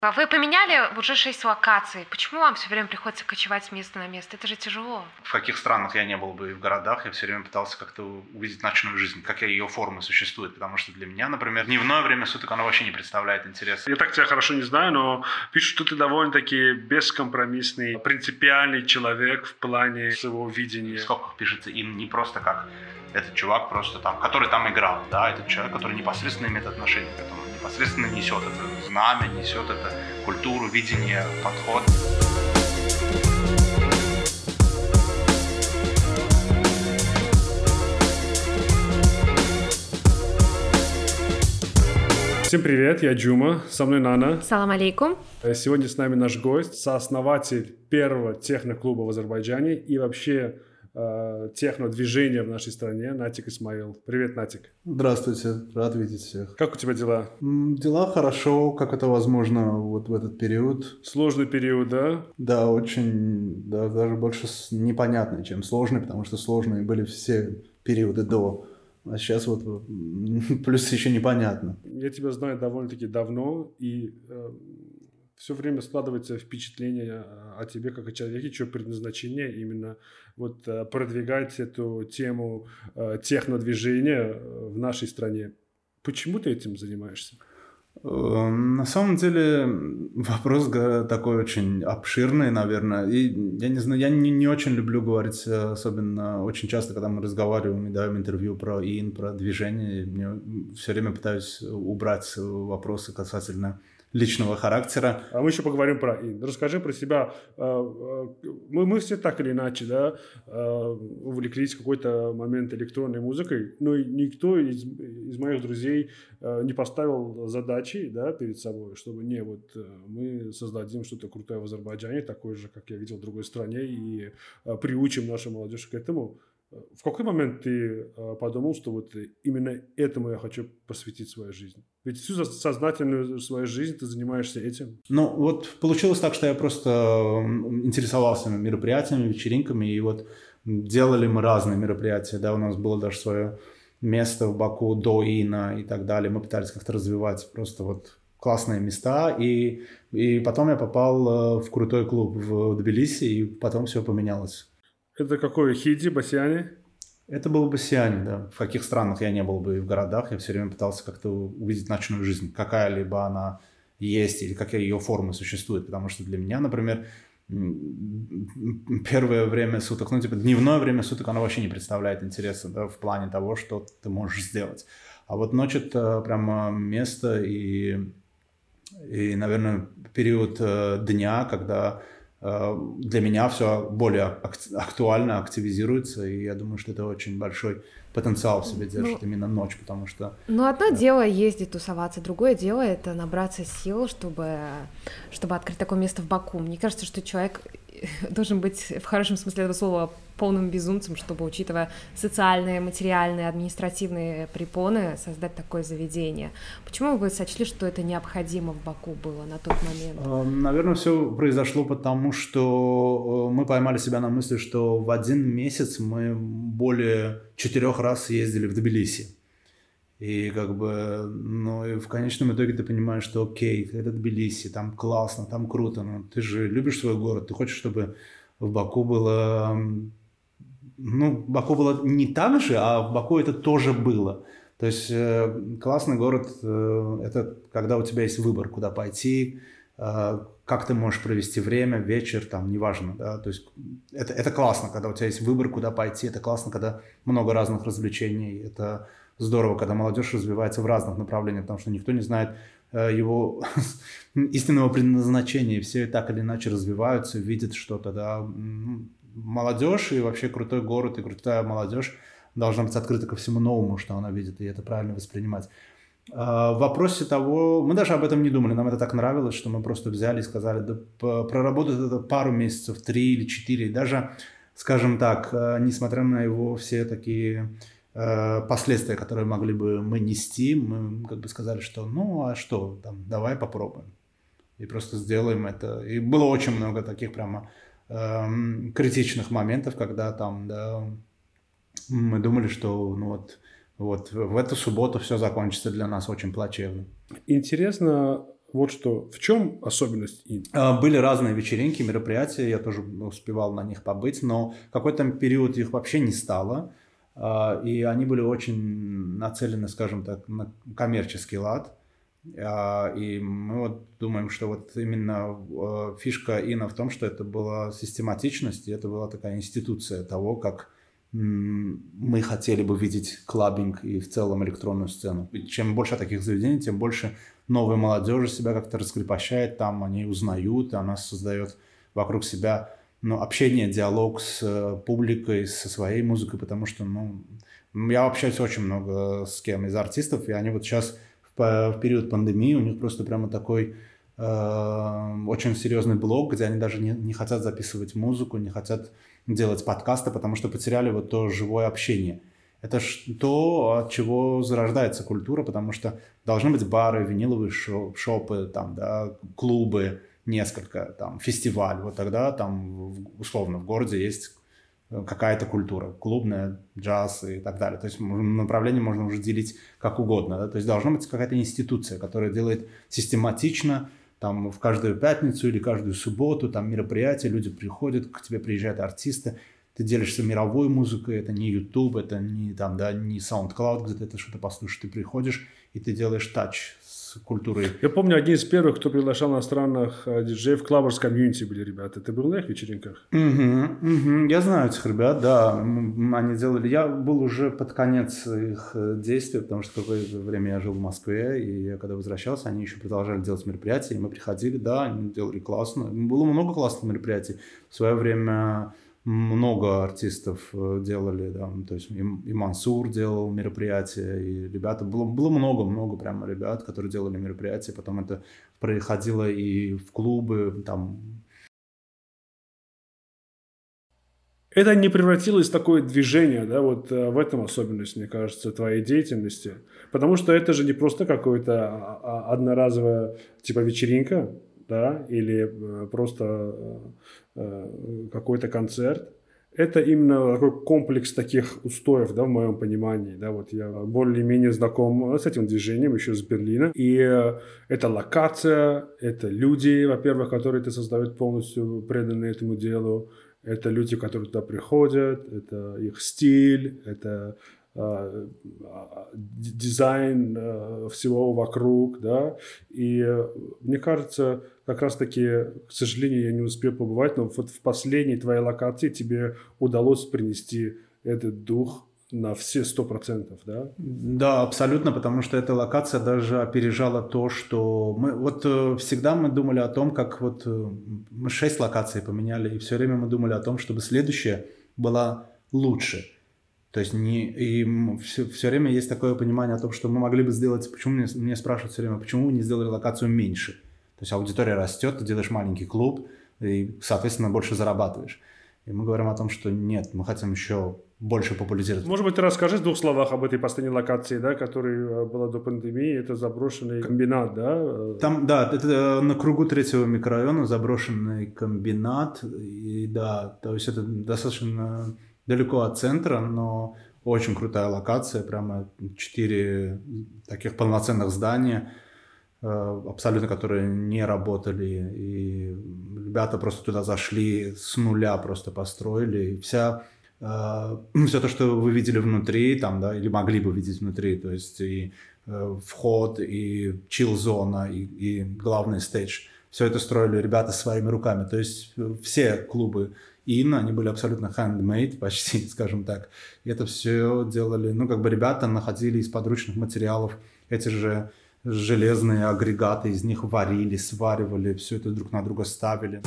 А вы поменяли уже 6 локаций. Почему вам все время приходится кочевать с места на место? Это же тяжело. В каких странах я не был бы и в городах, я все время пытался как-то увидеть ночную жизнь, какие ее формы существуют. Потому что для меня, например, дневное время суток, оно вообще не представляет интереса. Я так тебя хорошо не знаю, но пишут, что ты довольно-таки бескомпромиссный, принципиальный человек в плане своего видения. В скобках пишется им не просто как этот чувак, просто там, который там играл, да, этот человек, который непосредственно имеет отношение к этому, непосредственно несет это знамя, несет это культуру, видение, подход. Всем привет, я Джума, со мной Нана. Салам алейкум. Сегодня с нами наш гость, сооснователь первого техноклуба в Азербайджане и вообще технодвижения в нашей стране, Натик Исмаил. Привет, Натик. Здравствуйте, рад видеть всех. Как у тебя дела? Дела хорошо, как это возможно вот в этот период. Сложный период, да? Да, очень, да, даже больше непонятный, чем сложный, потому что сложные были все периоды до. А сейчас вот плюс еще непонятно. Я тебя знаю довольно-таки давно, и все время складывается впечатление о тебе как о человеке, чье предназначение именно вот продвигать эту тему технодвижения в нашей стране. Почему ты этим занимаешься? На самом деле вопрос такой очень обширный, наверное. И я не знаю, я не очень люблю говорить, особенно очень часто, когда мы разговариваем и даем интервью про про движение. Я все время пытаюсь убрать вопросы касательно личного характера. А мы еще поговорим про ин. Расскажи про себя. Мы все так или иначе, да, увлеклись в какой-то момент электронной музыкой, но никто из моих друзей не поставил задачи, да, перед собой, чтобы мы создадим что-то крутое в Азербайджане, такое же, как я видел в другой стране, и приучим нашу молодежь к этому. В какой момент ты подумал, что вот именно этому я хочу посвятить свою жизнь? Ведь всю сознательную свою жизнь ты занимаешься этим. Ну, вот получилось так, что я просто интересовался мероприятиями, вечеринками, и вот делали мы разные мероприятия, да, у нас было даже свое место в Баку до ИНа и так далее, мы пытались как-то развивать просто вот классные места, и потом я попал в крутой клуб в Тбилиси, и потом все поменялось. Это какой? Хиди, Басиане? Это было Басиане, да. В каких странах я не был бы и в городах, я все время пытался как-то увидеть ночную жизнь, какая-либо она есть или какие ее формы существуют, потому что для меня, например, первое время суток, дневное время суток, оно вообще не представляет интереса, да, в плане того, что ты можешь сделать. А вот ночь — это прямо место и наверное, период дня, когда для меня все более актуально, активизируется, и я думаю, что это очень большой потенциал в себе держит именно ночь, потому что... Одно дело ездить, тусоваться, другое дело — это набраться сил, чтобы открыть такое место в Баку. Мне кажется, что человек должен быть, в хорошем смысле этого слова, полным безумцем, чтобы, учитывая социальные, материальные, административные препоны, создать такое заведение. Почему вы сочли, что это необходимо в Баку было на тот момент? Наверное, все произошло потому, что мы поймали себя на мысли, что в один месяц мы более 4 раз ездили в Тбилиси. И и в конечном итоге ты понимаешь, что окей, это Тбилиси, там классно, там круто, но ты же любишь свой город, ты хочешь, чтобы в Баку было... Баку было не так же, а в Баку это тоже было. То есть классный город – это когда у тебя есть выбор, куда пойти, как ты можешь провести время, вечер, там, неважно. Да? То есть это классно, когда у тебя есть выбор, куда пойти, это классно, когда много разных развлечений, это здорово, когда молодежь развивается в разных направлениях, потому что никто не знает его истинного предназначения, и все так или иначе развиваются, видят что-то, да. Молодежь и вообще крутой город и крутая молодежь должна быть открыта ко всему новому, что она видит, и это правильно воспринимать. В вопросе того, мы даже об этом не думали, нам это так нравилось, что мы просто взяли и сказали, да проработать это пару месяцев, 3 или 4, и даже, скажем так, несмотря на его все такие последствия, которые могли бы мы нести, мы сказали, что давай попробуем. И просто сделаем это. И было очень много таких прямо критичных моментов, когда там, да, мы думали, что вот в эту субботу все закончится для нас очень плачевно. Интересно, вот что. В чем особенность ин? Были разные вечеринки, мероприятия, я тоже успевал на них побыть, но в какой-то период их вообще не стало, и они были очень нацелены, скажем так, на коммерческий лад. И мы вот думаем, что вот именно фишка ина в том, что это была систематичность, и это была такая институция того, как мы хотели бы видеть клаббинг и в целом электронную сцену. И чем больше таких заведений, тем больше новая молодежь себя как-то раскрепощает, там они узнают, и она создает вокруг себя общение, диалог с публикой, со своей музыкой, потому что я общаюсь очень много с кем из артистов, и они вот сейчас в период пандемии, у них просто прямо такой очень серьезный блог, где они даже не хотят записывать музыку, не хотят делать подкасты, потому что потеряли вот то живое общение. Это то, от чего зарождается культура, потому что должны быть бары, виниловые шопы, там, да, клубы, несколько, там, фестиваль. Вот тогда там, условно, в городе есть какая-то культура, клубная, джаз и так далее. То есть направление можно уже делить как угодно. Да? То есть должна быть какая-то институция, которая делает систематично, там в каждую пятницу или каждую субботу там мероприятия, люди приходят, к тебе приезжают артисты, ты делишься мировой музыкой, это не YouTube, это не, там, да, не SoundCloud, где ты что-то послушаешь, ты приходишь и ты делаешь тач с культурой. Я помню, одни из первых, кто приглашал иностранных диджеев, Clubbers Community были ребята. Ты был на их вечеринках? Я знаю этих ребят, да. Они делали... Я был уже под конец их действия, потому что какое-то время я жил в Москве, и я когда возвращался, они еще продолжали делать мероприятия, и мы приходили, да, они делали классно. Было много классных мероприятий. В свое время много артистов делали, да, то есть и Мансур делал мероприятия, и ребята, было много прямо ребят, которые делали мероприятия, потом это происходило и в клубы, там. Это не превратилось в такое движение, да, вот в этом особенность, мне кажется, твоей деятельности, потому что это же не просто какая-то одноразовая типа вечеринка, да, или просто какой-то концерт. Это именно такой комплекс таких устоев, да, в моем понимании. Да, вот я более-менее знаком с этим движением еще с Берлина. И это локация, это люди, во-первых, которые ты создают полностью преданные этому делу. Это люди, которые туда приходят, это их стиль, это дизайн всего вокруг, да, и мне кажется, как раз-таки, к сожалению, я не успел побывать, но вот в последней твоей локации тебе удалось принести этот дух на все 100%, да? Да, абсолютно, потому что эта локация даже опережала то, что мы вот всегда мы думали о том, как вот мы 6 локаций поменяли, и все время мы думали о том, чтобы следующая была лучше. То есть все время есть такое понимание о том, что мы могли бы сделать, почему мне спрашивают все время, почему вы не сделали локацию меньше? То есть аудитория растет, ты делаешь маленький клуб и, соответственно, больше зарабатываешь. И мы говорим о том, что нет, мы хотим еще больше популяризировать. Может быть, ты расскажешь в 2 словах об этой последней локации, да, которая была до пандемии, это заброшенный комбинат, да? Там, да, это на кругу 3-го микрорайона заброшенный комбинат, и да, то есть это достаточно далеко от центра, но очень крутая локация, прямо 4 таких полноценных здания, абсолютно, которые не работали, и ребята просто туда зашли с нуля, просто построили, и все то, что вы видели внутри, там, да, или могли бы видеть внутри, то есть и вход, и чил-зона, и главный стейдж, все это строили ребята своими руками, то есть все клубы ин, они были абсолютно handmade, почти, скажем так, и это все делали, ребята находили из подручных материалов эти же железные агрегаты, из них варили, сваривали, все это друг на друга ставили.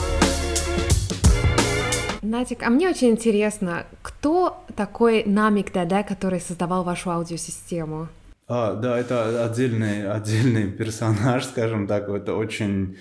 Натик, а мне очень интересно, кто такой Намик Даде, который создавал вашу аудиосистему? Да, это отдельный персонаж, скажем так, это очень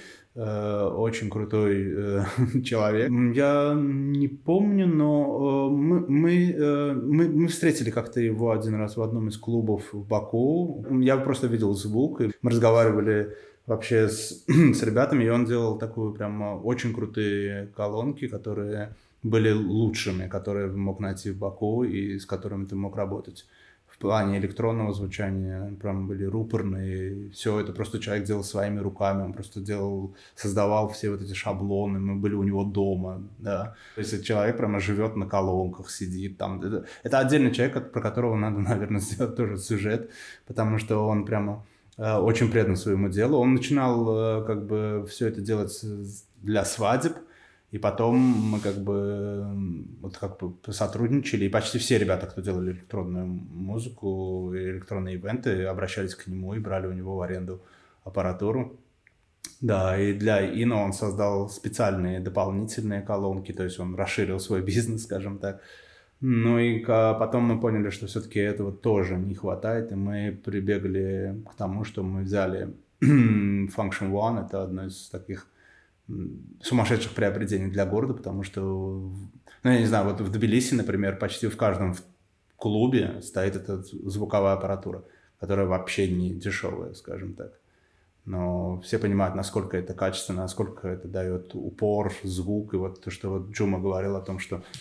крутой человек. Я не помню, но мы встретили как-то его один раз в одном из клубов в Баку. Я просто видел звук, и мы разговаривали вообще с ребятами, и он делал такую прям очень крутые колонки, которые были лучшими, которые мог найти в Баку и с которыми ты мог работать. В плане электронного звучания прям были рупорные. Все это просто человек делал своими руками, он просто создавал все вот эти шаблоны, мы были у него дома, да. То есть человек прямо живет на колонках, сидит там. Это отдельный человек, про которого надо, наверное, сделать тоже сюжет, потому что он прямо очень предан своему делу. Он начинал как бы все это делать для свадеб, и потом мы как бы сотрудничали, и почти все ребята, кто делали электронную музыку, электронные ивенты, обращались к нему и брали у него в аренду аппаратуру. Да, и для Ино он создал специальные дополнительные колонки, то есть он расширил свой бизнес, скажем так. Ну и потом мы поняли, что все-таки этого тоже не хватает, и мы прибегли к тому, что мы взяли Function One, это одно из таких сумасшедших приобретений для города, потому что, ну, я не знаю, вот в Тбилиси, например, почти в каждом клубе стоит эта звуковая аппаратура, которая вообще не дешевая, скажем так. Но все понимают, насколько это качественно, насколько это дает упор, звук. И вот то, что вот Джума говорил о том, что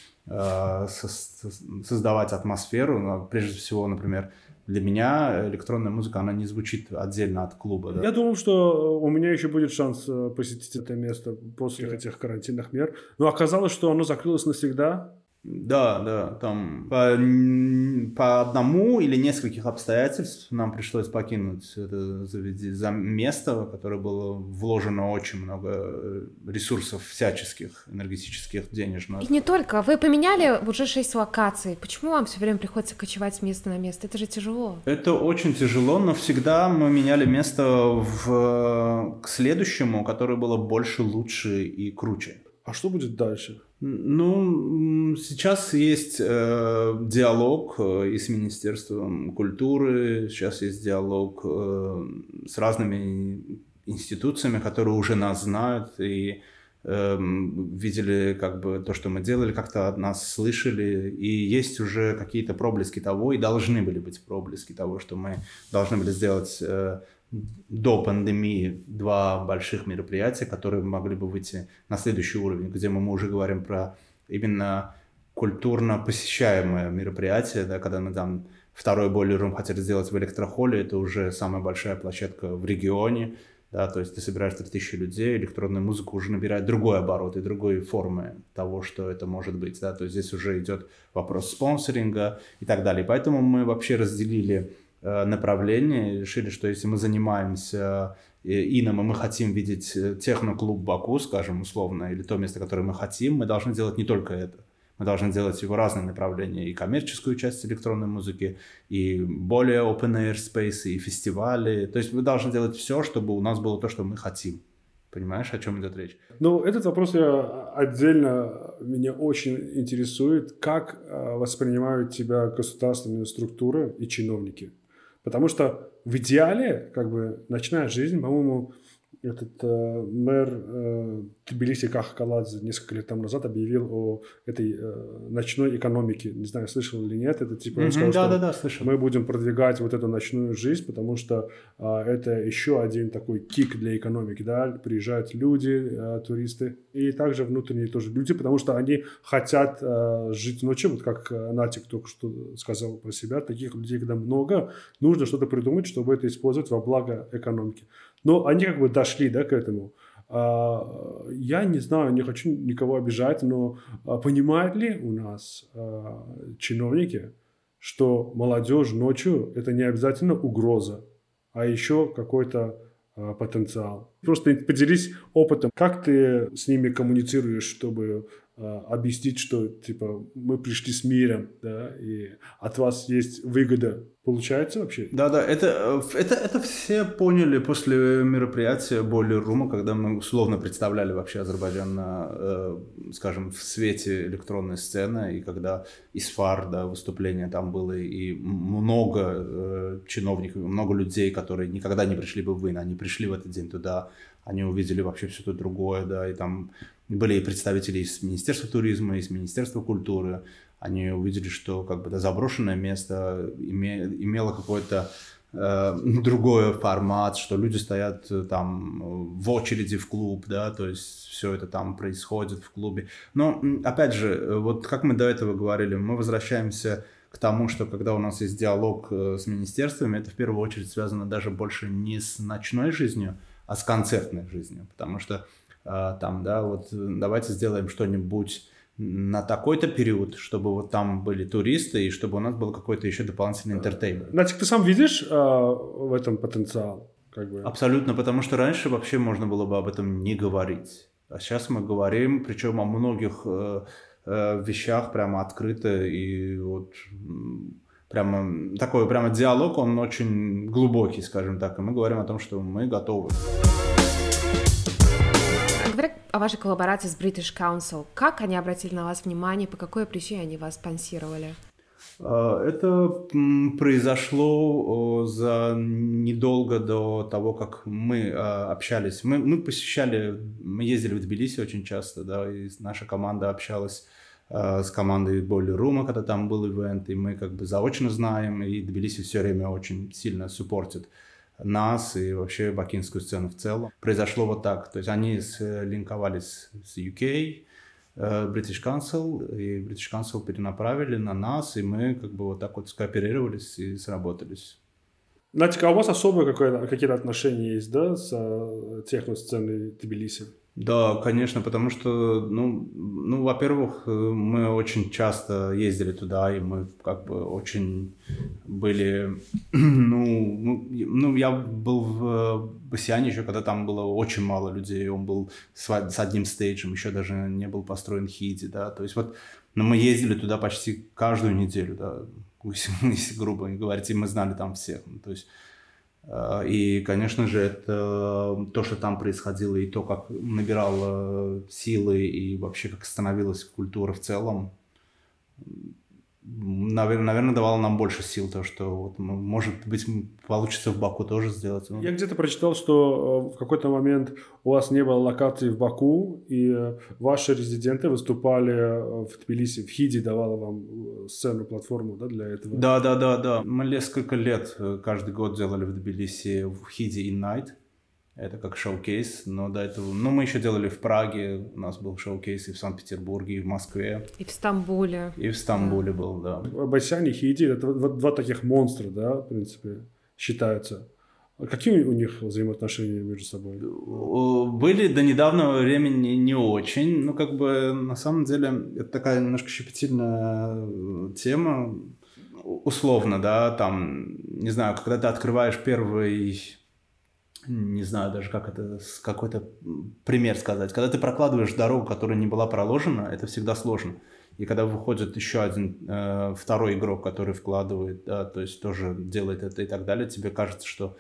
создавать атмосферу, но прежде всего, например, для меня электронная музыка, она не звучит отдельно от клуба. Да? Я думал, что у меня еще будет шанс посетить это место после этих карантинных мер. Но оказалось, что оно закрылось навсегда. Да, там по одному или нескольких обстоятельств нам пришлось покинуть это место, в которое было вложено очень много ресурсов всяческих, энергетических, денежных. И не только. Вы поменяли уже 6 локаций. Почему вам все время приходится кочевать с места на место? Это же тяжело. Это очень тяжело, но всегда мы меняли место к следующему, которое было больше, лучше и круче. А что будет дальше? Ну, сейчас есть диалог и с Министерством культуры, сейчас есть диалог с разными институциями, которые уже нас знают и видели как бы то, что мы делали, как-то от нас слышали, и есть уже какие-то проблески того, и должны были быть проблески того, что мы должны были сделать до пандемии 2 больших мероприятия, которые могли бы выйти на следующий уровень, где мы уже говорим про именно культурно посещаемое мероприятие, да, когда мы там 2-й бойлер-рум хотели сделать в Электрохолле, это уже самая большая площадка в регионе, да, то есть ты собираешь 3000 людей, электронная музыка уже набирает другой оборот и другой формы того, что это может быть, да, то есть здесь уже идет вопрос спонсоринга и так далее, поэтому мы вообще разделили направление, решили, что если мы занимаемся ином, и мы хотим видеть техноклуб Баку, скажем, условно, или то место, которое мы хотим, мы должны делать не только это. Мы должны делать его разные направления, и коммерческую часть электронной музыки, и более open-air space, и фестивали. То есть мы должны делать все, чтобы у нас было то, что мы хотим. Понимаешь, о чем идет речь? Ну, этот вопрос меня очень интересует, как воспринимают тебя государственные структуры и чиновники. Потому что в идеале, как бы, ночная жизнь, по-моему, этот мэр Тбилиси Кахкаладзе несколько лет тому назад объявил о этой ночной экономике. Не знаю, слышал или нет. Это типа он сказал, что слышал. Мы будем продвигать вот эту ночную жизнь, потому что это еще один такой кик для экономики. Да? Приезжают люди, туристы, и также внутренние тоже люди, потому что они хотят жить ночью, вот как Натик только что сказал про себя. Таких людей, когда много, нужно что-то придумать, чтобы это использовать во благо экономики. Но они как бы дошли, да, к этому. Я не знаю, не хочу никого обижать, но понимают ли у нас чиновники, что молодежь ночью – это не обязательно угроза, а еще какой-то потенциал? Просто поделись опытом, как ты с ними коммуницируешь, чтобы объяснить, что типа мы пришли с миром, да, и от вас есть выгода. Получается вообще? Да, это все поняли после мероприятия Boiler Room, когда мы условно представляли вообще Азербайджан на, скажем, в свете электронной сцены, и когда ИСФАР, да, выступление там было, и много чиновников, много людей, которые никогда не пришли бы в Вейн, они пришли в этот день туда, они увидели вообще все то другое, да, и там были и представители из Министерства туризма, из Министерства культуры. Они увидели, что как бы это заброшенное место имело какой-то другой формат, что люди стоят там в очереди в клуб, да, то есть все это там происходит в клубе. Но, опять же, вот как мы до этого говорили, мы возвращаемся к тому, что когда у нас есть диалог с министерствами, это в первую очередь связано даже больше не с ночной жизнью, а с концертной жизнью. Потому что там, да, вот давайте сделаем что-нибудь на такой-то период, чтобы вот там были туристы и чтобы у нас был какой-то еще дополнительный интертеймент. Натик, ты сам видишь в этом потенциал? Как бы? Абсолютно, потому что раньше вообще можно было бы об этом не говорить. А сейчас мы говорим, причем о многих вещах прямо открыто. И вот прямо такой прямо диалог, он очень глубокий, скажем так. И мы говорим о том, что мы готовы. Говоря о вашей коллаборации с British Council, как они обратили на вас внимание, по какой причине они вас спонсировали? Это произошло за недолго до того, как мы общались. Мы ездили в Тбилиси очень часто, да, и наша команда общалась с командой Boiler Room, когда там был ивент, и мы как бы заочно знаем, и Тбилиси все время очень сильно суппортит нас и вообще бакинскую сцену в целом. Произошло вот так, то есть они линковались с UK, British Council, и British Council перенаправили на нас, и мы как бы вот так вот скооперировались и сработались. Натик, а у вас особые какие-то отношения есть, да, с техно-сценой Тбилиси? Да, конечно, потому что, ну, во-первых, мы очень часто ездили туда, и мы как бы очень были, я был в Бассиане еще, когда там было очень мало людей, он был с одним стейджем, еще даже не был построен Хиди, да, то есть вот, мы ездили туда почти каждую неделю, да, если грубо говорить, и мы знали там всех, то есть. И, конечно же, это то, что там происходило, и то, как набирало силы, и вообще как становилась культура в целом, наверное, давало нам больше сил, то, что, вот, может быть, получится в Баку тоже сделать. Я где-то прочитал, что в какой-то момент у вас не было локации в Баку, и ваши резиденты выступали в Тбилиси, в Хиди давала вам сцену, платформу, да, для этого? Да. Мы несколько лет каждый год делали в Тбилиси в Хиди In Night. Это как шоу-кейс, но до этого... мы еще делали в Праге, у нас был шоу-кейс и в Санкт-Петербурге, и в Москве. И в Стамбуле. И в Стамбуле был, да. Бассиане и Хиди — это два таких монстра, да, в принципе, считаются. А какие у них взаимоотношения между собой? Были до недавнего времени не очень, как бы на самом деле это такая немножко щепетильная тема, условно, да, там, не знаю, когда ты открываешь первый... Не знаю даже, как это, какой-то пример сказать. Когда ты прокладываешь дорогу, которая не была проложена, это всегда сложно. И когда выходит еще один, второй игрок, который вкладывает, да, то есть тоже делает это и так далее, тебе кажется, что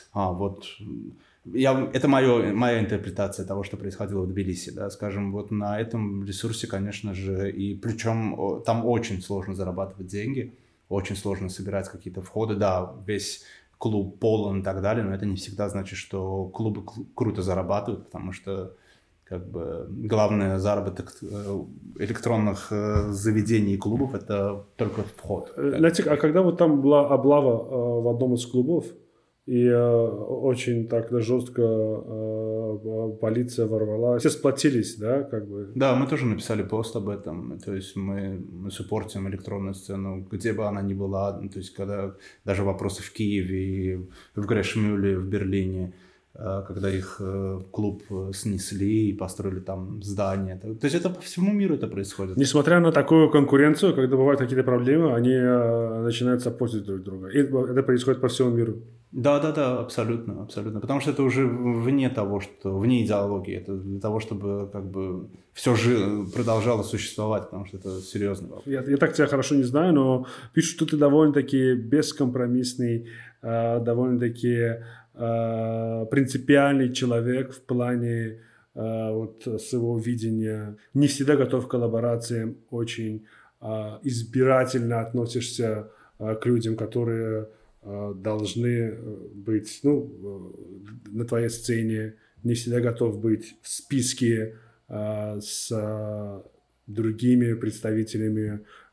это моя интерпретация того, что происходило в Тбилиси, да, скажем, вот на этом ресурсе, конечно же, и причем там очень сложно зарабатывать деньги, очень сложно собирать какие-то входы, да, весь клуб полон и так далее, но это не всегда значит, что клубы круто зарабатывают, потому что как бы главный заработок электронных заведений и клубов — это только вход. Натик, а когда вот там была облава в одном из клубов, и очень так жестко полиция ворвалась, все сплотились, да, как бы? Да, мы тоже написали пост об этом, то есть мы суппортим электронную сцену, где бы она ни была, то есть когда даже вопросы в Киеве, в Грешмюле, в Берлине, когда их клуб снесли и построили там здание. То есть это по всему миру это происходит. Несмотря на такую конкуренцию, когда бывают какие-то проблемы, они начинают саппортить друг друга. И это происходит по всему миру. Да, абсолютно. Потому что это уже вне идеологии. Это для того, чтобы как бы все продолжало существовать, потому что это серьезный вопрос. Я так тебя хорошо не знаю, но пишут, что ты довольно-таки бескомпромиссный, довольно-таки принципиальный человек в плане своего видения. Не всегда готов к коллаборациям, очень избирательно относишься к людям, которые должны быть на твоей сцене, не всегда готов быть в списке с другими представителями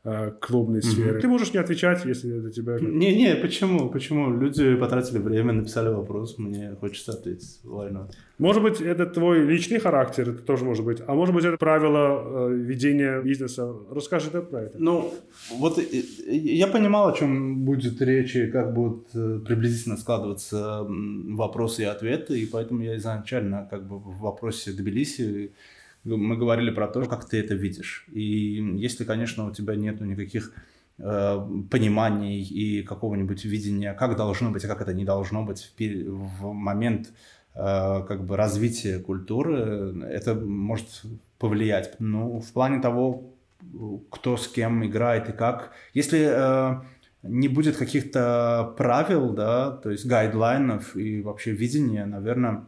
клубной сферы. Ты можешь не отвечать, если это тебя... Не, почему? Люди потратили время, написали вопрос, мне хочется ответить. Why not? Может быть, это твой личный характер, это тоже может быть. А может быть, это правило ведения бизнеса. Расскажи про это. Ну, вот я понимал, о чем будет речь и как будут приблизительно складываться вопросы и ответы, и поэтому я изначально как бы в вопросе Тбилиси мы говорили про то, как ты это видишь. И если, конечно, у тебя нету никаких пониманий и какого-нибудь видения, как должно быть, а как это не должно быть в момент как бы развития культуры, это может повлиять. Ну, в плане того, кто с кем играет и как. Если не будет каких-то правил, да, то есть гайдлайнов и вообще видения, наверное,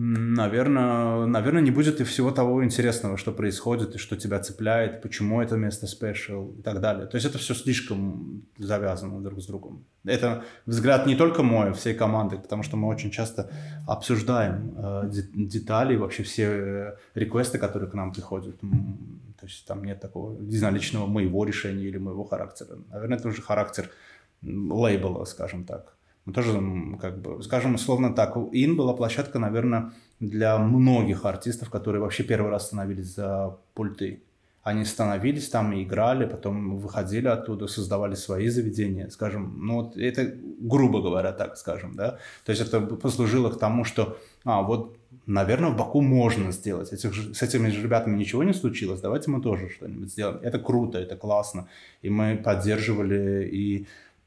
не будет и всего того интересного, что происходит и что тебя цепляет, почему это место спешл и так далее. То есть это все слишком завязано друг с другом. Это взгляд не только мой, всей команды, потому что мы очень часто обсуждаем детали, вообще все реквесты, которые к нам приходят. То есть там нет такого, не знаю, личного моего решения или моего характера. Наверное, это уже характер лейбла, скажем так. Мы тоже, как бы, скажем, условно так, ИН была площадка, наверное, для многих артистов, которые вообще первый раз становились за пульты. Они становились там и играли, потом выходили оттуда, создавали свои заведения, скажем, ну вот это, грубо говоря, так скажем, да. То есть это послужило к тому, что, вот, наверное, в Баку можно сделать. С этими же ребятами ничего не случилось, давайте мы тоже что-нибудь сделаем. Это круто, это классно. И мы поддерживали, и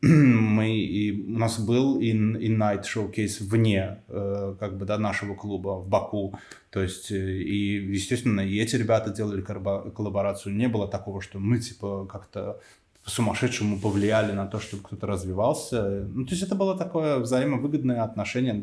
у нас был in-night showcase вне как бы, да, нашего клуба в Баку. То есть, и, естественно, и эти ребята делали коллаборацию. Не было такого, что мы, типа, как-то по-сумасшедшему повлияли на то, чтобы кто-то развивался. Ну, то есть, это было такое взаимовыгодное отношение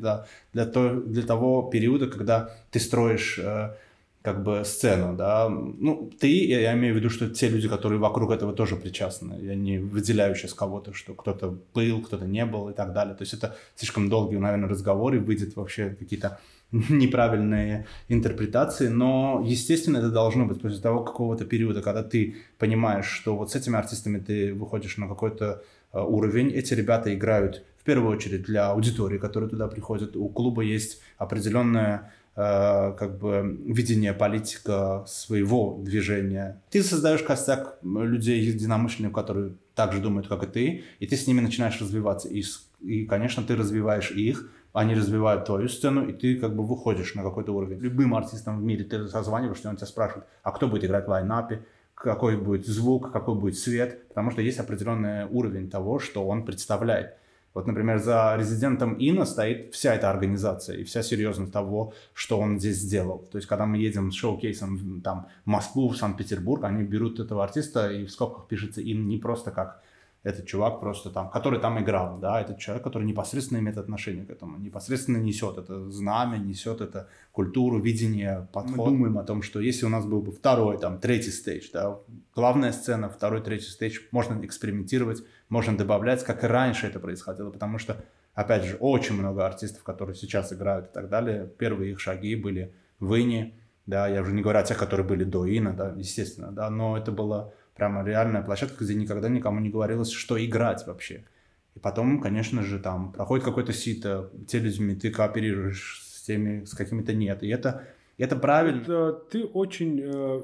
для того периода, когда ты строишь как бы сцену, да. Ну, я имею в виду, что те люди, которые вокруг этого тоже причастны. Я не выделяю сейчас кого-то, что кто-то был, кто-то не был и так далее. То есть это слишком долгий, наверное, разговор, и выйдет вообще какие-то неправильные интерпретации, но, естественно, это должно быть после того какого-то периода, когда ты понимаешь, что вот с этими артистами ты выходишь на какой-то уровень, эти ребята играют в первую очередь для аудитории, которая туда приходит. У клуба есть определенная как бы видение, политика своего движения. Ты создаешь костяк людей, единомышленников, которые так же думают, как и ты с ними начинаешь развиваться. И, конечно, ты развиваешь их, они развивают твою сцену, и ты как бы выходишь на какой-то уровень. Любым артистам в мире ты созваниваешься, и он тебя спрашивает, а кто будет играть в лайнапе, какой будет звук, какой будет свет, потому что есть определенный уровень того, что он представляет. Вот, например, за резидентом ИНа стоит вся эта организация и вся серьезность того, что он здесь сделал. То есть, когда мы едем с шоу-кейсом там, в Москву, в Санкт-Петербург, они берут этого артиста, и в скобках пишется ИН не просто как этот чувак, просто там, который там играл, да, этот человек, который непосредственно имеет отношение к этому, непосредственно несет это знамя, несет это культуру, видение, подход. Мы думаем о том, что если у нас был бы второй, там, третий стейдж, да, главная сцена, второй, третий стейдж, можно экспериментировать, можно добавлять, как и раньше это происходило, потому что, опять же, очень много артистов, которые сейчас играют и так далее, первые их шаги были в ИНе, да, я уже не говорю о тех, которые были до ИНа, да, естественно, да, но это было прямо реальная площадка, где никогда никому не говорилось, что играть вообще. И потом, конечно же, там проходит какое-то сито, те людьми ты кооперируешь, с теми, с какими-то нет. И это правильно. Ты очень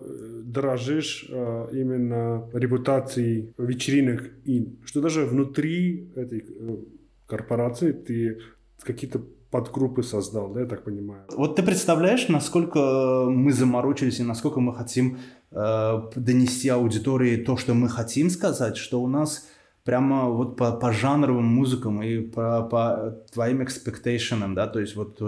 дорожишь именно репутацией вечеринок, и что даже внутри этой корпорации ты какие-то подгруппы создал, да, я так понимаю. Вот ты представляешь, насколько мы заморочились и насколько мы хотим донести аудитории то, что мы хотим сказать, что у нас прямо вот по жанровым музыкам и по твоим expectation'ам, да, то есть вот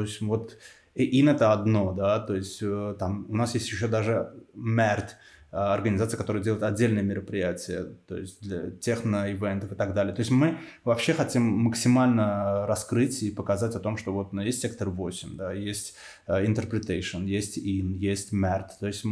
ин это одно, да, то есть там у нас есть еще даже MERT, организация, которая делает отдельные мероприятия, то есть для техно-ивентов и так далее. То есть мы вообще хотим максимально раскрыть и показать о том, что вот есть сектор 8, да, есть Interpretation, есть IN, есть MERT. То есть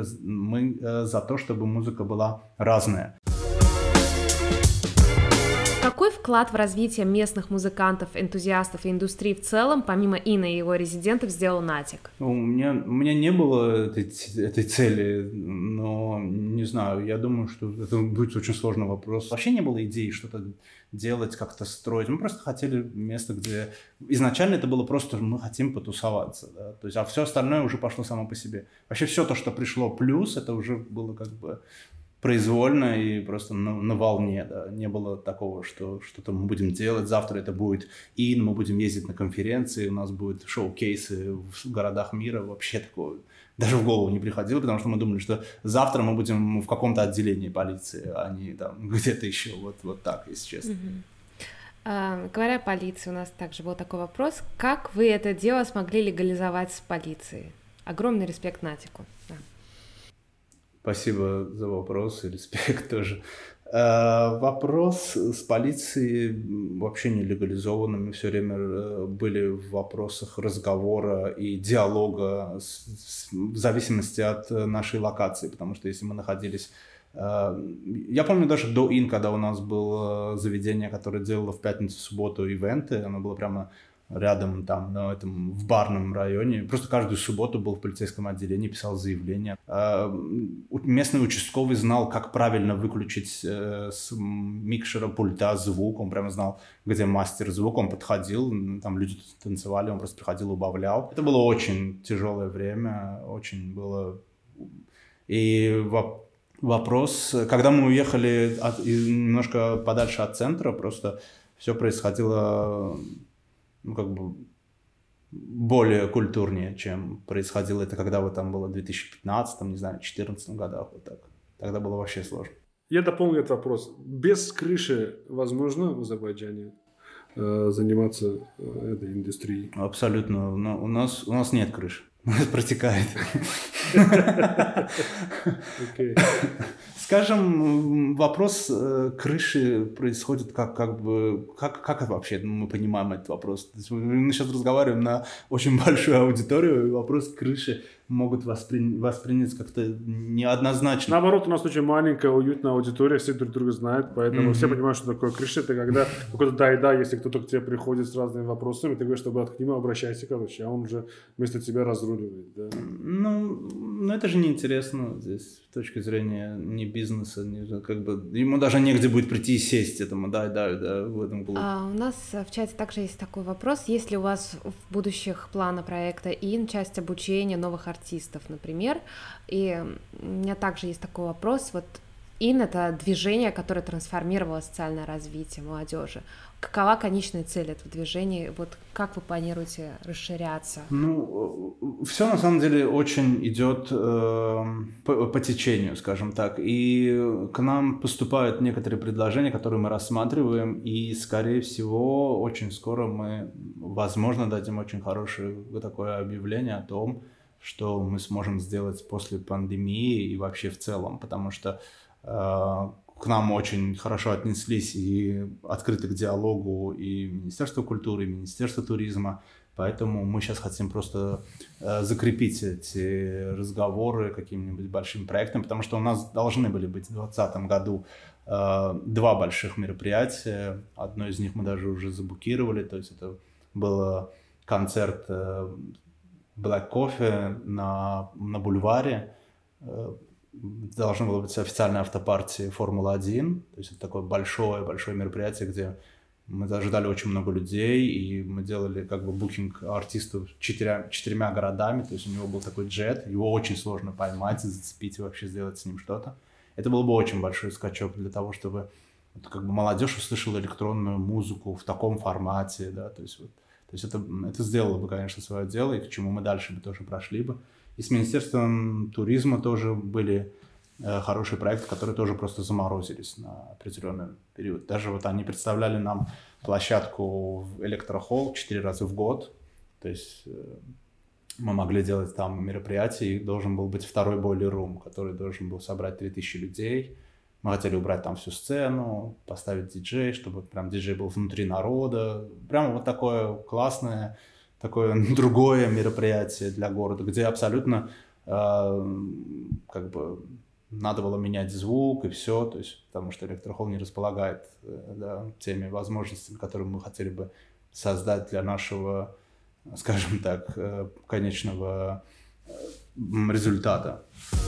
мы за то, чтобы музыка была разная. Какой вклад в развитие местных музыкантов, энтузиастов и индустрии в целом, помимо Инна и его резидентов, сделал Натик? У меня не было этой цели, но не знаю, я думаю, что это будет очень сложный вопрос. Вообще не было идеи что-то делать, как-то строить. Мы просто хотели место, где... Изначально это было просто, мы хотим потусоваться, да? То есть, а все остальное уже пошло само по себе. Вообще все то, что пришло плюс, это уже было как бы произвольно и просто на волне, да. Не было такого, что что-то мы будем делать, завтра это будет мы будем ездить на конференции, у нас будут шоу-кейсы в городах мира, вообще такого даже в голову не приходило, потому что мы думали, что завтра мы будем в каком-то отделении полиции, а не там где-то еще, вот так, если честно. Говоря о полиции, у нас также был такой вопрос, как вы это дело смогли легализовать с полицией? Огромный респект Натику. Да. Спасибо за вопрос и респект тоже. Вопрос с полицией вообще не легализован. Мы все время были в вопросах разговора и диалога в зависимости от нашей локации, потому что если мы находились... Я помню даже до ИН, когда у нас было заведение, которое делало в пятницу-субботу ивенты, оно было прямо рядом там, в барном районе. Просто каждую субботу был в полицейском отделении, писал заявление. Местный участковый знал, как правильно выключить с микшера пульта звук. Он прямо знал, где мастер звука. Он подходил, там люди танцевали, он просто приходил, убавлял. Это было очень тяжелое время, очень было... И вопрос, когда мы уехали немножко подальше от центра, просто все происходило... как бы более культурнее, чем происходило это, когда вот там было в 2015, не знаю, 2014 годах, вот так. Тогда было вообще сложно. Я дополню этот вопрос. Без крыши возможно в Азербайджане заниматься этой индустрией? Абсолютно. Но у нас нет крыши. У нас протекает. Скажем, вопрос крыши происходит как вообще мы понимаем этот вопрос? Мы сейчас разговариваем на очень большую аудиторию, и вопрос крыши могут воспринять как-то неоднозначно. Наоборот, у нас очень маленькая, уютная аудитория, все друг друга знают, поэтому все понимают, что такое крыша. Это когда какой-то да, если кто-то к тебе приходит с разными вопросами, ты говоришь, что к нему обращайся, короче, а он уже вместо тебя разруливает. Да? Ну, это же неинтересно здесь, с точки зрения не бизнеса, как бы ему даже негде будет прийти и сесть этому, да, в этом клубе. У нас в чате также есть такой вопрос, есть ли у вас в будущих плана проекта ИН часть обучения новых артистов, например, и у меня также есть такой вопрос, вот ИН — это движение, которое трансформировало социальное развитие молодежи. Какова конечная цель этого движения? Вот как вы планируете расширяться? Ну, все на самом деле очень идет по течению, скажем так. И к нам поступают некоторые предложения, которые мы рассматриваем, и, скорее всего, очень скоро мы, возможно, дадим очень хорошее такое объявление о том, что мы сможем сделать после пандемии и вообще в целом, потому что к нам очень хорошо отнеслись и открыты к диалогу и Министерство культуры, и Министерство туризма, поэтому мы сейчас хотим просто закрепить эти разговоры какими-нибудь большими проектами, потому что у нас должны были быть в 2020 году 2 больших мероприятия, одно из них мы даже уже забукировали, то есть это был концерт Black Coffee на бульваре. Должно было быть официальной автопартии Формулы-1. То есть это такое большое мероприятие, где мы ожидали очень много людей, и мы делали как бы букинг артистов 4 городами. То есть у него был такой джет, его очень сложно поймать, зацепить и вообще сделать с ним что-то. Это был бы очень большой скачок для того, чтобы как бы молодежь услышала электронную музыку в таком формате, да, то есть это сделало бы, конечно, свое дело, и к чему мы дальше бы тоже прошли бы. И с Министерством туризма тоже были хорошие проекты, которые тоже просто заморозились на определенный период. Даже вот они представляли нам площадку в Электрохолл 4 раза в год. То есть мы могли делать там мероприятия, и должен был быть второй бойлер-рум, который должен был собрать 3000 людей. Мы хотели убрать там всю сцену, поставить диджей, чтобы прям диджей был внутри народа. Прямо вот такое классное, такое другое мероприятие для города, где абсолютно как бы надо было менять звук и все, то есть, потому что электрохол не располагает теми возможностями, которые мы хотели бы создать для нашего, скажем так, конечного результата.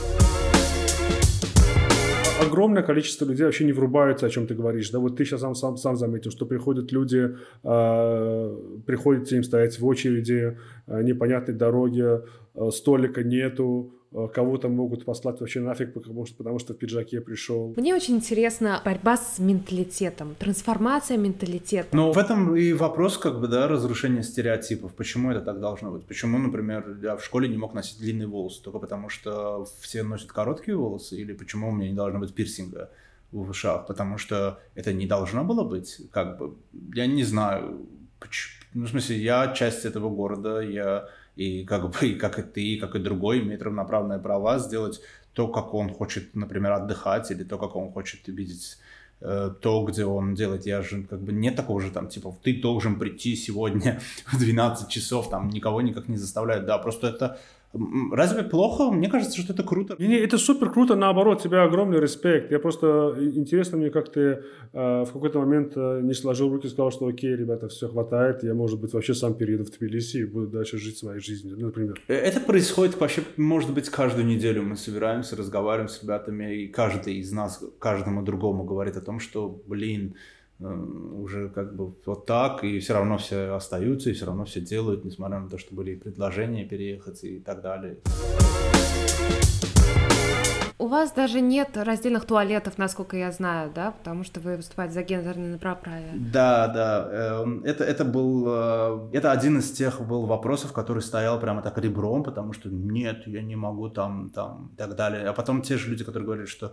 Огромное количество людей вообще не врубаются, о чем ты говоришь. Да, вот ты сейчас сам заметил, что приходят люди, приходится им стоять в очереди, непонятной дороге, столика нету, кого-то могут послать вообще нафиг, потому что в пиджаке пришел. Мне очень интересна борьба с менталитетом, трансформация менталитета. Ну, в этом и вопрос, разрушения стереотипов. Почему это так должно быть? Почему, например, я в школе не мог носить длинные волосы только потому, что все носят короткие волосы? Или почему у меня не должно быть пирсинга в ушах? Потому что это не должно было быть? Я не знаю. Ну, в смысле, я часть этого города, и как и ты, как и другой, имеет равноправные права сделать то, как он хочет, например, отдыхать, или то, как он хочет видеть то, где он делает. Я же нет такого же ты должен прийти сегодня в 12 часов, никого никак не заставляют. Да, просто это... Разве плохо? Мне кажется, что это круто. Не, это супер круто, наоборот, тебе огромный респект. Я просто... Интересно мне, как ты в какой-то момент не сложил руки и сказал, что окей, ребята, все хватает, я, может быть, вообще сам перееду в Тбилиси и буду дальше жить своей жизнью, например. Это происходит вообще, может быть, каждую неделю мы собираемся, разговариваем с ребятами, и каждый из нас каждому другому говорит о том, что, уже вот так, и все равно все остаются, и все равно все делают, несмотря на то, что были предложения переехать и так далее. У вас даже нет раздельных туалетов, насколько я знаю, да? Потому что вы выступаете за гендерное равноправие. Да. Это один из тех был вопросов, который стоял прямо так ребром, потому что нет, я не могу там и так далее. А потом те же люди, которые говорили, что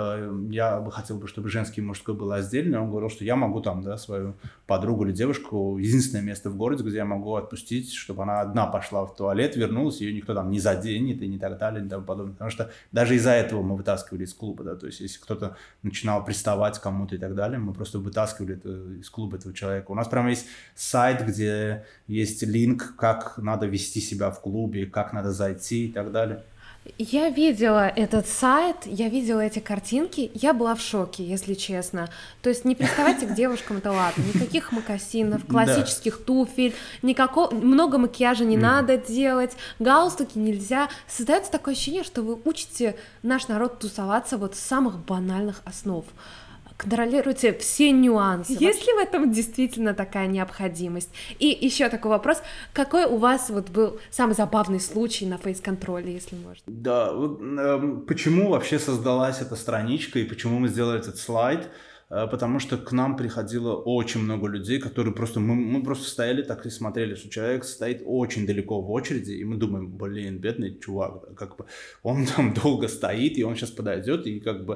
я бы хотел, чтобы женский и мужской было отдельно, он говорил, что я могу свою подругу или девушку, единственное место в городе, где я могу отпустить, чтобы она одна пошла в туалет, вернулась, ее никто не заденет и не так далее, и тому подобное. Потому что даже из-за этого мы вытаскивали из клуба, да, то есть если кто-то начинал приставать к кому-то и так далее, мы просто вытаскивали из клуба этого человека. У нас прямо есть сайт, где есть линк, как надо вести себя в клубе, как надо зайти и так далее. Я видела этот сайт, я видела эти картинки, я была в шоке, если честно. То есть не приставайте к девушкам, это ладно, никаких мокасинов, классических туфель, много макияжа не надо делать, галстуки нельзя. Создается такое ощущение, что вы учите наш народ тусоваться вот с самых банальных основ. Контролируйте все нюансы. Есть ли в этом действительно такая необходимость? И еще такой вопрос. Какой у вас был самый забавный случай на фейс-контроле, если можно? Да, почему вообще создалась эта страничка и почему мы сделали этот слайд? Потому что к нам приходило очень много людей, которые мы просто стояли так и смотрели, что человек стоит очень далеко в очереди, и мы думаем, бедный чувак, он там долго стоит, и он сейчас подойдет,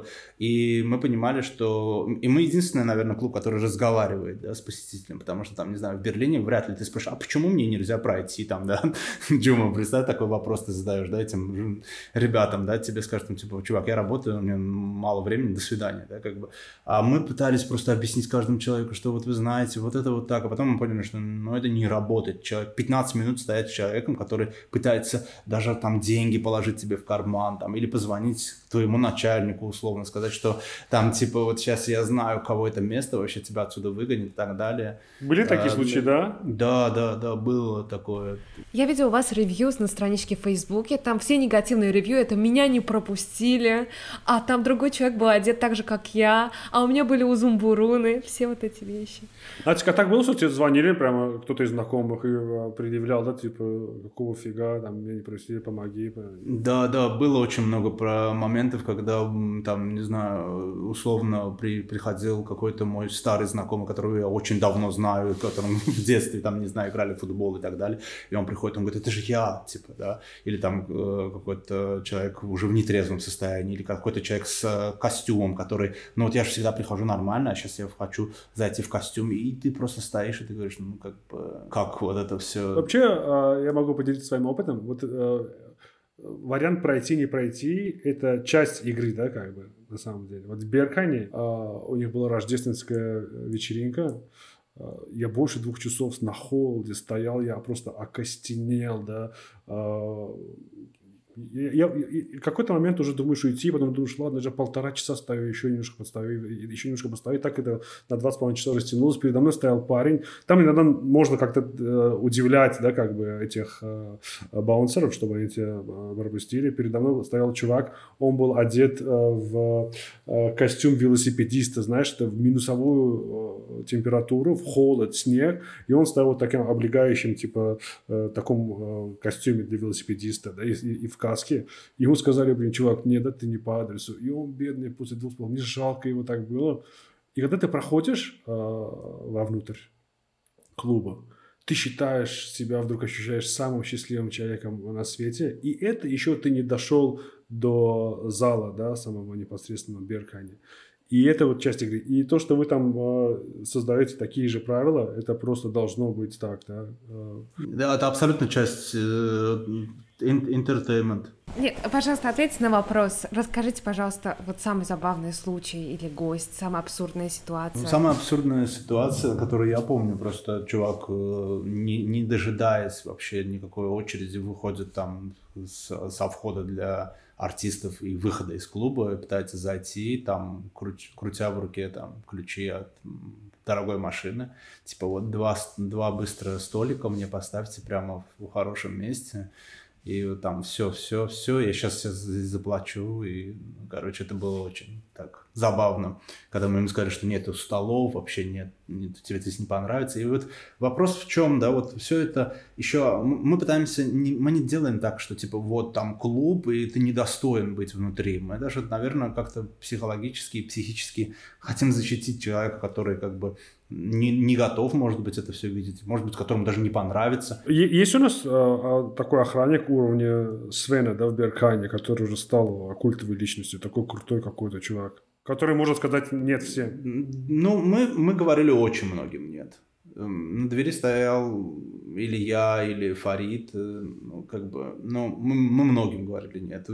и мы понимали, что... И мы единственный, наверное, клуб, который разговаривает, с посетителем, потому что в Берлине вряд ли ты спрашиваешь, а почему мне нельзя пройти Джума, представь, такой вопрос ты задаешь, этим ребятам, тебе скажут, чувак, я работаю, у меня мало времени, до свидания, А мы пытались просто объяснить каждому человеку, что вы знаете, вот это вот так, а потом мы поняли, что это не работает. 15 минут стоять с человеком, который пытается даже деньги положить тебе в карман, или позвонить твоему начальнику условно, сказать, что вот сейчас я знаю, у кого это место, вообще тебя отсюда выгонят и так далее. Были такие случаи, да? Да, было такое. Я видела у вас ревью на страничке в Фейсбуке, там все негативные ревью, это меня не пропустили, а там другой человек был одет так же, как я, а у меня были узумбуруны, все вот эти вещи. Натика, так было, что тебе звонили прямо кто-то из знакомых и предъявлял, какого фига, меня не просили, помоги. Да, было очень много моментов, когда, не знаю, условно приходил какой-то мой старый знакомый, которого я очень давно знаю, которым в детстве, не знаю, играли в футбол и так далее, и он приходит, он говорит, это же я, да, или какой-то человек уже в нетрезвом состоянии, или какой-то человек с костюмом, который, я же всегда прихожу нормально, а сейчас я хочу зайти в костюм, и ты просто стоишь, и ты говоришь, как вот это все. Вообще, я могу поделиться своим опытом. Вариант пройти, не пройти – это часть игры, да, на самом деле. В Беркане у них была рождественская вечеринка. Я больше 2 часов на холоде стоял, я просто окостенел, да. В какой-то момент уже думаешь уйти, потом думаешь, ладно, же 1,5 часа стою, еще немножко поставить. Так это на 2,5 часа растянулось. Передо мной стоял парень. Там иногда можно как-то удивлять, да, как бы этих баунсеров, чтобы они тебя пропустили. Передо мной стоял чувак, он был одет в костюм велосипедиста, знаешь, это в минусовую температуру, в холод, снег, и он стоял вот таким облегающим, типа, таком костюме для велосипедиста, да, и в каске. Ему сказали, блин, чувак, нет, да, ты не по адресу. И он, бедный, после 2 слов, мне жалко его так было. И когда ты проходишь вовнутрь клуба, ты считаешь себя, вдруг ощущаешь самым счастливым человеком на свете, и это еще ты не дошел до зала, да, самого непосредственного Беркхайне. И это вот часть игры. И то, что вы там создаете такие же правила, это просто должно быть так, да? Да, это абсолютно часть entertainment. Нет, пожалуйста, ответьте на вопрос. Расскажите, пожалуйста, вот самый забавный случай или гость, самая абсурдная ситуация. Самая абсурдная ситуация, которую я помню, просто чувак, не дожидаясь вообще никакой очереди, выходит там со входа для артистов и выхода из клуба, пытается зайти, там, крутя в руке там ключи от дорогой машины. Типа вот два быстро столика мне поставьте прямо в хорошем месте. И там все, я сейчас заплачу. И, короче, это было очень так забавно, когда мы им сказали, что нет столов, вообще нет, тебе здесь не понравится. И вот вопрос в чем, да, вот все это еще, мы пытаемся, мы не делаем так, что типа вот там клуб, и ты недостоин быть внутри. Мы даже, наверное, как-то психологически и психически хотим защитить человека, который как бы не готов, может быть, это все видеть, может быть, которому даже не понравится. Есть у нас такой охранник уровня Свена, да, в Беркхайне, который уже стал культовой личностью, такой крутой какой-то чувак, который может сказать нет всем. Ну, мы говорили очень многим нет. На двери стоял или я, или Фарид, ну, как бы, ну, мы многим говорили нет.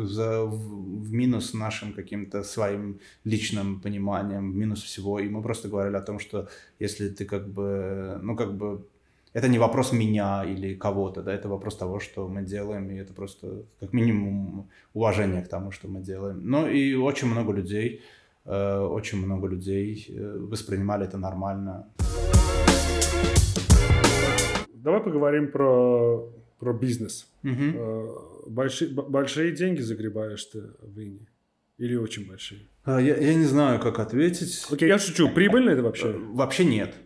В минус нашим каким-то своим личным пониманием, в минус всего. И мы просто говорили о том, что если ты как бы, ну, как бы, это не вопрос меня или кого-то, да, это вопрос того, что мы делаем, и это просто как минимум уважение к тому, что мы делаем. Ну, и очень много людей воспринимали это нормально. Давай поговорим про бизнес. Угу. Большие деньги загребаешь ты в Ине? Или очень большие? Я не знаю, как ответить. Окей, я шучу. Прибыльно это вообще? Вообще нет.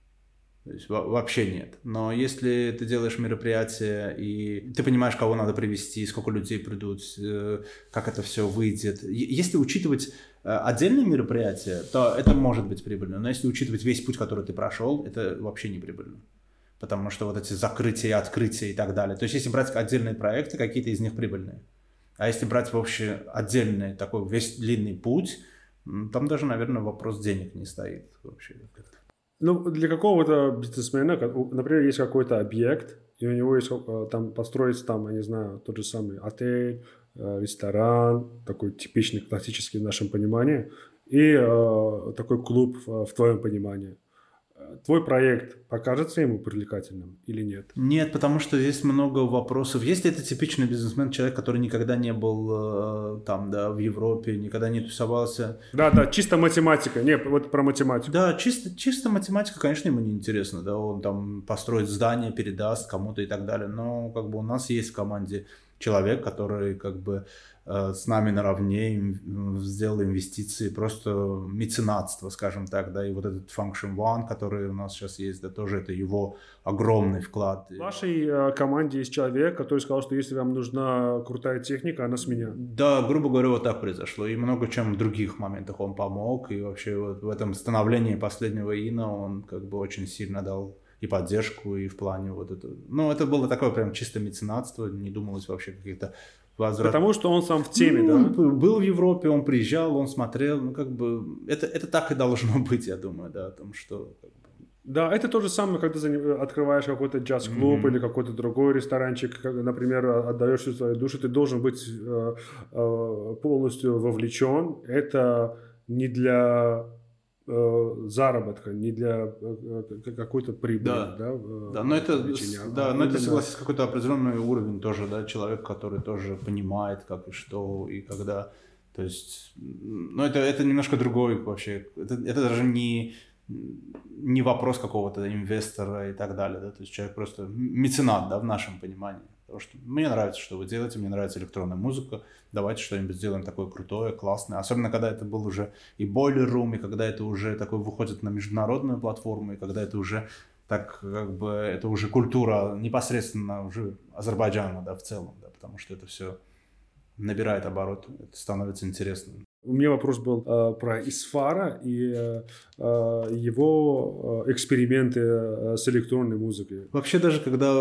То есть вообще нет. Но если ты делаешь мероприятие, и ты понимаешь, кого надо привести, сколько людей придут, как это все выйдет. Если учитывать отдельные мероприятия, то это может быть прибыльно. Но если учитывать весь путь, который ты прошел, это вообще не прибыльно. Потому что вот эти закрытия, открытия и так далее. То есть если брать отдельные проекты, какие-то из них прибыльные. А если брать вообще отдельный такой весь длинный путь, там даже, наверное, вопрос денег не стоит вообще. Ну, для какого-то бизнесмена, например, есть какой-то объект, и у него есть там построить там, я не знаю, тот же самый отель, ресторан, такой типичный, классический в нашем понимании, и такой клуб в твоем понимании. Твой проект покажется ему привлекательным или нет? Нет, потому что здесь много вопросов. Если это типичный бизнесмен, человек, который никогда не был там, да, в Европе, никогда не тусовался. Да, чисто математика. Не, вот про математику. Да, чисто математика, конечно, ему не интересно, да, он там построит здание, передаст кому-то и так далее. Но как бы у нас есть в команде человек, который как бы с нами наравне сделал инвестиции, просто меценатство, скажем так, да, и вот этот Function One, который у нас сейчас есть, да, тоже это его огромный вклад. В вашей команде есть человек, который сказал, что если вам нужна крутая техника, она с меня. Да, грубо говоря, вот так произошло, и много чем в других моментах он помог, и вообще вот в этом становлении последнего Ина он как бы очень сильно дал и поддержку, и в плане вот это. Ну, это было такое прям чисто меценатство, не думалось вообще каких-то возвратов. Потому что он сам в теме, да? Он был в Европе, он приезжал, он смотрел, ну, как бы, это так и должно быть, я думаю, да, о том, что... Как бы... Да, это то же самое, когда ты открываешь какой-то джаз-клуб или какой-то другой ресторанчик, например, отдаешь всю свою душу, ты должен быть полностью вовлечен. Это не для заработка, не для какой-то прибыли. Да, но это, но это, согласен, какой-то определенный уровень тоже, да, человек, который тоже понимает, как и что, и когда, то есть, ну, это немножко другой вообще, это даже не вопрос какого-то инвестора и так далее, да, то есть человек просто меценат, да, в нашем понимании. Потому что мне нравится, что вы делаете, мне нравится электронная музыка, давайте что-нибудь сделаем такое крутое, классное. Особенно, когда это был уже и Boiler Room, и когда это уже такое выходит на международную платформу, и когда это уже так, как бы, это уже культура непосредственно уже Азербайджана, да, в целом, да, потому что это все набирает оборот, это становится интересным. У меня вопрос был про Исфара и его эксперименты с электронной музыкой. Вообще даже когда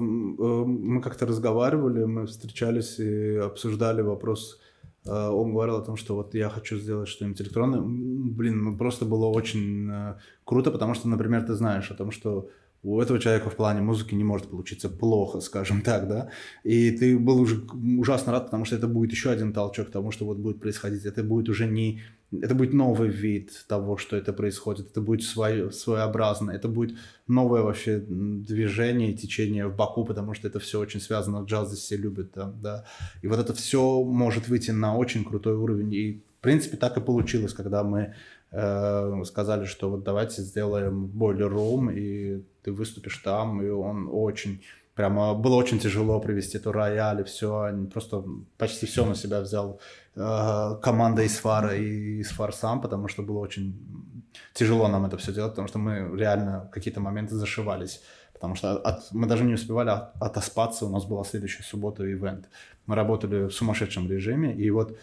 мы как-то разговаривали, мы встречались и обсуждали вопрос, он говорил о том, что вот я хочу сделать что-нибудь электронное. Блин, просто было очень круто, потому что, например, ты знаешь о том, что у этого человека в плане музыки не может получиться плохо, скажем так, да, и ты был уже ужасно рад, потому что это будет еще один толчок к тому, что вот будет происходить, это будет уже не, это будет новый вид того, что это происходит, это будет своеобразно, это будет новое вообще движение, течение в Баку, потому что это все очень связано, джаз здесь все любят, там, да, и вот это все может выйти на очень крутой уровень, и в принципе так и получилось, когда мы сказали, что вот давайте сделаем Boiler Room, и ты выступишь там, и он очень, прямо было очень тяжело привести эту рояль, и все, просто почти все на себя взял команда Исфара и Исфар сам, потому что было очень тяжело нам это все делать, потому что мы реально в какие-то моменты зашивались, потому что мы даже не успевали отоспаться, у нас была следующая суббота ивент, мы работали в сумасшедшем режиме, и вот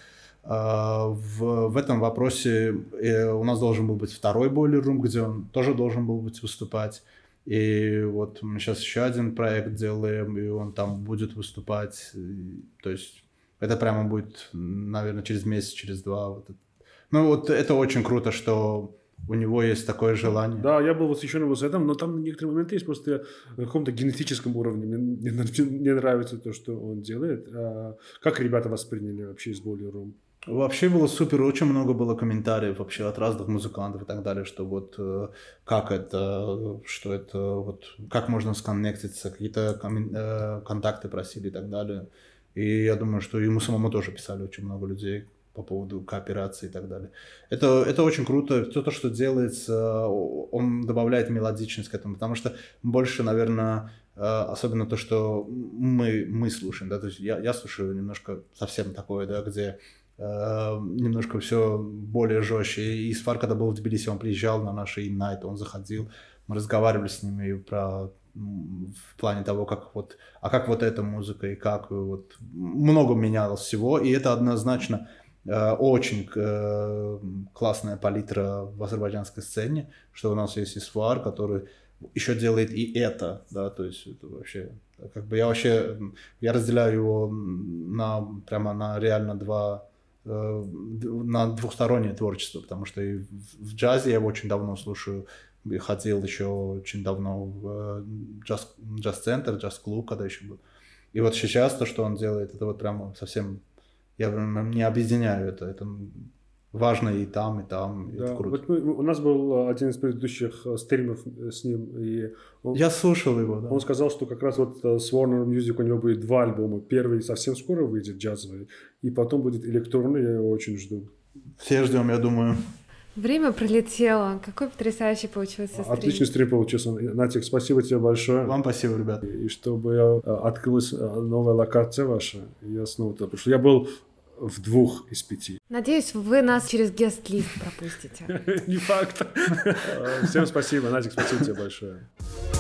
в этом вопросе у нас должен был быть второй Boiler Room, где он тоже должен был быть выступать. И вот мы сейчас еще один проект делаем, и он там будет выступать. То есть это прямо будет, наверное, через месяц, через два. Ну вот это очень круто, что у него есть такое желание. Да, я был восхищен его с этим, но там некоторые моменты есть просто на каком-то генетическом уровне. Мне нравится то, что он делает. Как ребята восприняли вообще из Boiler Room? Вообще было супер, очень много было комментариев вообще от разных музыкантов и так далее, что вот как это, что это, вот как можно сконнектиться, какие-то контакты просили и так далее. И я думаю, что ему самому тоже писали очень много людей по поводу кооперации и так далее. Это очень круто. Все то, что делается, он добавляет мелодичность к этому, потому что больше, наверное, особенно то, что мы слушаем, да, то есть я слушаю немножко совсем такое, да, где немножко все более жестче. И Исфар, когда был в Тбилиси, он приезжал на наши In-Night, он заходил, мы разговаривали с ним и в плане того, как вот, как вот эта музыка, и как вот много менялось всего, и это однозначно очень классная палитра в азербайджанской сцене, что у нас есть Исфар, который еще делает и это, да, то есть это вообще, как бы я разделяю его прямо на реально на двухстороннее творчество, потому что и в джазе я его очень давно слушаю, и ходил еще очень давно в джаз-центр, джаз-клуб, когда еще был. И вот сейчас то, что он делает, это вот прямо совсем, я не объединяю это важно и там, и да, это круто. Вот у нас был один из предыдущих стримов с ним, и я слушал его, да. Он сказал, что как раз вот с Warner Music у него будет 2 альбома. Первый совсем скоро выйдет, джазовый, и потом будет электронный, я его очень жду. Все ждем, я думаю. Время пролетело. Какой потрясающий получился стрим. Отличный стрим получился. Натик, спасибо тебе большое. Вам спасибо, ребят. И чтобы открылась новая локация ваша, я снова туда пришел. Я был в 2 из 5. Надеюсь, вы нас через гест-лист пропустите. Не факт. Всем спасибо, Натик, спасибо тебе большое.